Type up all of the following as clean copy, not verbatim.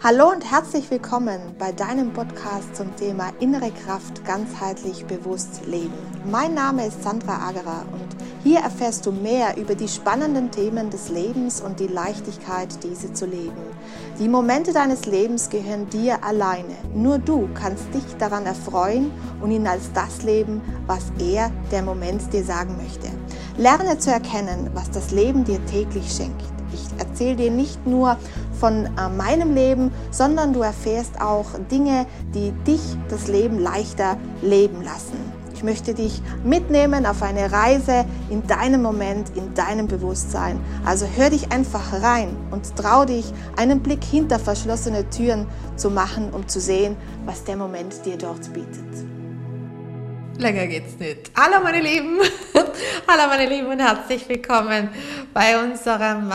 Hallo und herzlich willkommen bei deinem Podcast zum Thema innere Kraft, ganzheitlich bewusst leben. Mein Name ist Sandra Agerer und hier erfährst du mehr über die spannenden Themen des Lebens und die Leichtigkeit, diese zu leben. Die Momente deines Lebens gehören dir alleine. Nur du kannst dich daran erfreuen und ihn als das leben, was der Moment dir sagen möchte. Lerne zu erkennen, was das Leben dir täglich schenkt. Ich erzähle dir nicht nur von meinem Leben, sondern du erfährst auch Dinge, die dich das Leben leichter leben lassen. Ich möchte dich mitnehmen auf eine Reise in deinem Moment, in deinem Bewusstsein. Also hör dich einfach rein und trau dich, einen Blick hinter verschlossene Türen zu machen, um zu sehen, was der Moment dir dort bietet. Länger geht's nicht. Hallo meine Lieben und herzlich willkommen bei unserem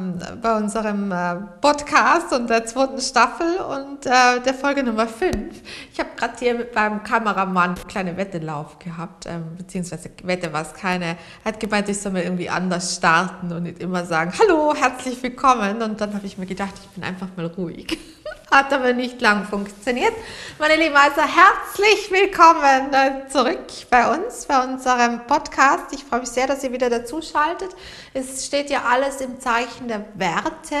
Podcast und der zweiten Staffel und der Folge Nummer 5. Ich habe gerade hier mit meinem Kameramann eine kleine Wettelauf gehabt, beziehungsweise Wette war es keine. Er hat gemeint, ich soll mal irgendwie anders starten und nicht immer sagen, hallo, herzlich willkommen. Und dann habe ich mir gedacht, ich bin einfach mal ruhig. Hat aber nicht lang funktioniert. Meine Lieben, also herzlich willkommen zurück bei uns, bei unserem Podcast. Ich freue mich sehr, dass ihr wieder dazu schaltet. Es steht ja alles im Zeichen der Werte,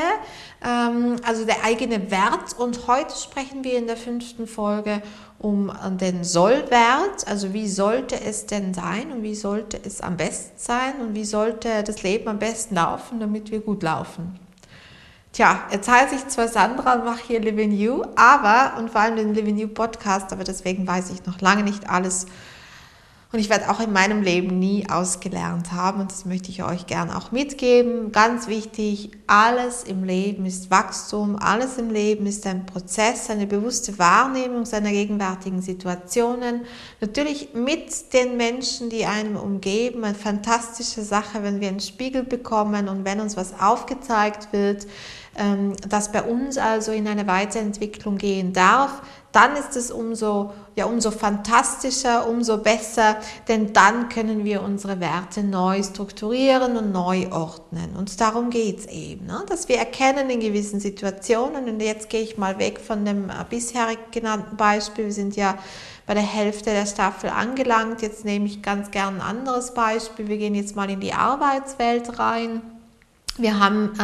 also der eigene Wert. Und heute sprechen wir in der 5. Folge um den Sollwert. Also wie sollte es denn sein und wie sollte es am besten sein und wie sollte das Leben am besten laufen, damit wir gut laufen. Tja, jetzt heiße ich zwar Sandra und mache hier Live in You, und vor allem den Live in You Podcast, aber deswegen weiß ich noch lange nicht alles. Und ich werde auch in meinem Leben nie ausgelernt haben und das möchte ich euch gerne auch mitgeben. Ganz wichtig, alles im Leben ist Wachstum, alles im Leben ist ein Prozess, eine bewusste Wahrnehmung seiner gegenwärtigen Situationen. Natürlich mit den Menschen, die einem umgeben, eine fantastische Sache, wenn wir einen Spiegel bekommen und wenn uns was aufgezeigt wird, das bei uns also in eine Weiterentwicklung gehen darf, dann ist es umso fantastischer, umso besser, denn dann können wir unsere Werte neu strukturieren und neu ordnen. Und darum geht es eben, ne? Dass wir erkennen in gewissen Situationen, und jetzt gehe ich mal weg von dem bisherig genannten Beispiel, wir sind ja bei der Hälfte der Staffel angelangt, jetzt nehme ich ganz gern ein anderes Beispiel, wir gehen jetzt mal in die Arbeitswelt rein. Wir haben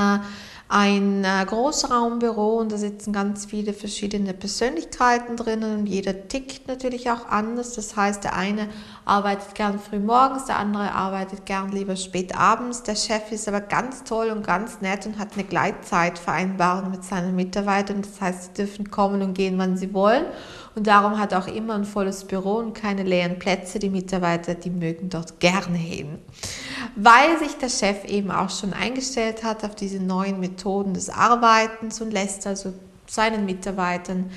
ein Großraumbüro und da sitzen ganz viele verschiedene Persönlichkeiten drinnen und jeder tickt natürlich auch anders. Das heißt, der eine arbeitet gern früh morgens, der andere arbeitet gern lieber spät abends. Der Chef ist aber ganz toll und ganz nett und hat eine Gleitzeitvereinbarung mit seinen Mitarbeitern. Das heißt, sie dürfen kommen und gehen, wann sie wollen. Und darum hat auch immer ein volles Büro und keine leeren Plätze. Die Mitarbeiter, die mögen dort gerne hin. Weil sich der Chef eben auch schon eingestellt hat auf diese neuen Methoden des Arbeitens und lässt also seinen Mitarbeitern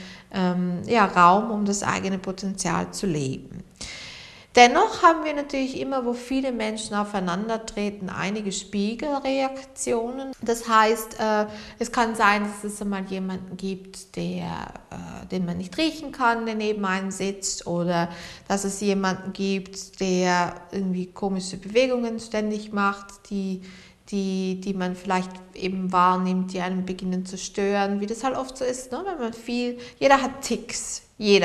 Raum, um das eigene Potenzial zu leben. Dennoch haben wir natürlich immer, wo viele Menschen aufeinandertreten, einige Spiegelreaktionen. Das heißt, es kann sein, dass es einmal jemanden gibt, den man nicht riechen kann, der neben einem sitzt, oder dass es jemanden gibt, der irgendwie komische Bewegungen ständig macht, die man vielleicht eben wahrnimmt, die einem beginnen zu stören, wie das halt oft so ist, ne? Wenn man jeder hat Ticks,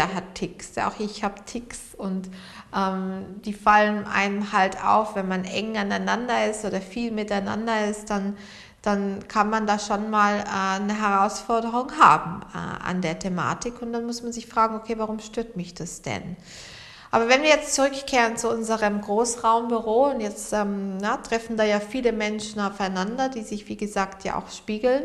auch ich habe Ticks und die fallen einem halt auf, wenn man eng aneinander ist oder viel miteinander ist, dann kann man da schon mal eine Herausforderung haben an der Thematik und dann muss man sich fragen, okay, warum stört mich das denn? Aber wenn wir jetzt zurückkehren zu unserem Großraumbüro und jetzt treffen da ja viele Menschen aufeinander, die sich wie gesagt ja auch spiegeln.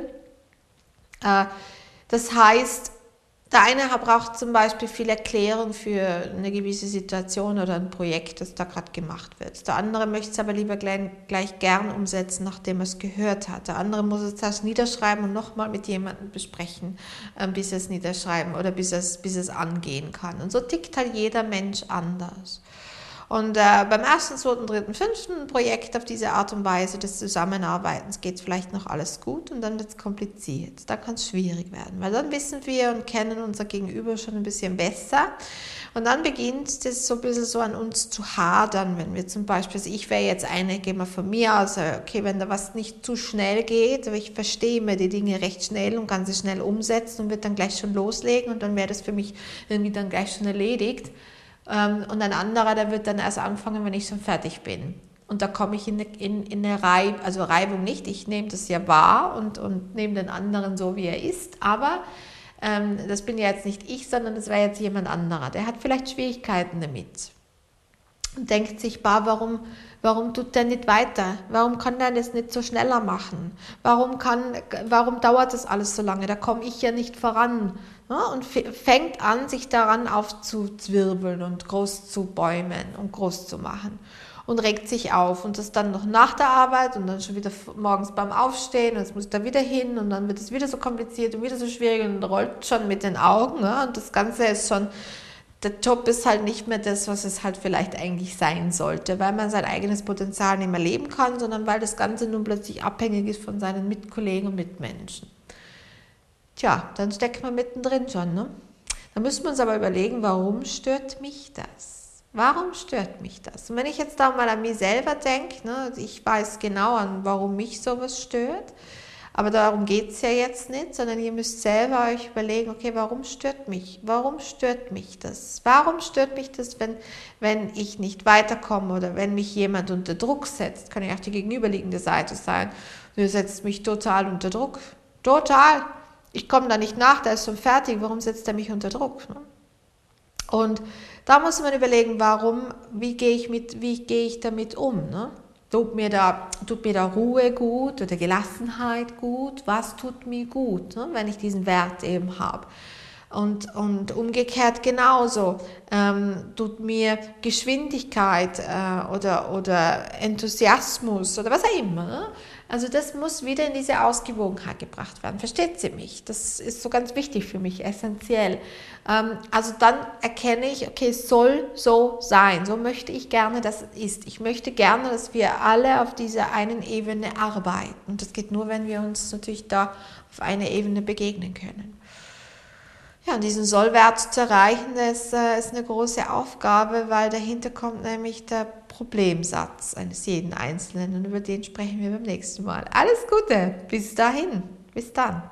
Das heißt, der eine braucht zum Beispiel viel Erklärung für eine gewisse Situation oder ein Projekt, das da gerade gemacht wird. Der andere möchte es aber lieber gleich gern umsetzen, nachdem er es gehört hat. Der andere muss es erst niederschreiben und nochmal mit jemandem besprechen, bis er es niederschreiben oder bis es angehen kann. Und so tickt halt jeder Mensch anders. Und beim ersten, zweiten, dritten, fünften Projekt auf diese Art und Weise des Zusammenarbeitens geht vielleicht noch alles gut und dann wird es kompliziert. Da kann es schwierig werden, weil dann wissen wir und kennen unser Gegenüber schon ein bisschen besser. Und dann beginnt das so ein bisschen so an uns zu hadern, wenn wir zum Beispiel, also ich wäre jetzt eine, gehen wir von mir aus, okay, wenn da was nicht zu schnell geht, aber ich verstehe mir die Dinge recht schnell und kann sie schnell umsetzen und wird dann gleich schon loslegen und dann wäre das für mich irgendwie dann gleich schon erledigt. Und ein anderer, der wird dann erst anfangen, wenn ich schon fertig bin. Und da komme ich in eine Reibung nicht, ich nehme das ja wahr und nehme den anderen so, wie er ist, aber das bin ja jetzt nicht ich, sondern das wäre jetzt jemand anderer. Der hat vielleicht Schwierigkeiten damit und denkt sich, warum tut der nicht weiter? Warum kann der das nicht so schneller machen? Warum dauert das alles so lange? Da komme ich ja nicht voran. Ja, und fängt an, sich daran aufzuzwirbeln und groß zu bäumen und groß zu machen. Und regt sich auf und das dann noch nach der Arbeit und dann schon wieder morgens beim Aufstehen und jetzt muss da wieder hin und dann wird es wieder so kompliziert und wieder so schwierig und rollt schon mit den Augen, ne? Und das Ganze ist schon, der Job ist halt nicht mehr das, was es halt vielleicht eigentlich sein sollte, weil man sein eigenes Potenzial nicht mehr leben kann, sondern weil das Ganze nun plötzlich abhängig ist von seinen Mitkollegen und Mitmenschen. Tja, dann steckt man mittendrin schon, ne? Da müssen wir uns aber überlegen, warum stört mich das? Warum stört mich das? Und wenn ich jetzt da mal an mich selber denke, ne, ich weiß genau, warum mich sowas stört, aber darum geht es ja jetzt nicht, sondern ihr müsst selber euch überlegen, okay, warum stört mich? Warum stört mich das? Warum stört mich das, wenn ich nicht weiterkomme oder wenn mich jemand unter Druck setzt? Kann ja auch die gegenüberliegende Seite sein. Du setzt mich total unter Druck. Total. Ich komme da nicht nach, der ist schon fertig. Warum setzt er mich unter Druck? Ne? Und da muss man überlegen, wie gehe ich damit um? Ne? Tut mir da Ruhe gut oder Gelassenheit gut? Was tut mir gut, ne? Wenn ich diesen Wert eben habe? Und umgekehrt genauso, tut mir Geschwindigkeit oder Enthusiasmus oder was auch immer. Ne? Also das muss wieder in diese Ausgewogenheit gebracht werden. Versteht sie mich? Das ist so ganz wichtig für mich, essentiell. Also dann erkenne ich, okay, es soll so sein. So möchte ich gerne, dass es ist. Ich möchte gerne, dass wir alle auf dieser einen Ebene arbeiten. Und das geht nur, wenn wir uns natürlich da auf einer Ebene begegnen können. Ja, und diesen Sollwert zu erreichen, das ist eine große Aufgabe, weil dahinter kommt nämlich der Problemsatz eines jeden Einzelnen und über den sprechen wir beim nächsten Mal. Alles Gute, bis dahin, bis dann.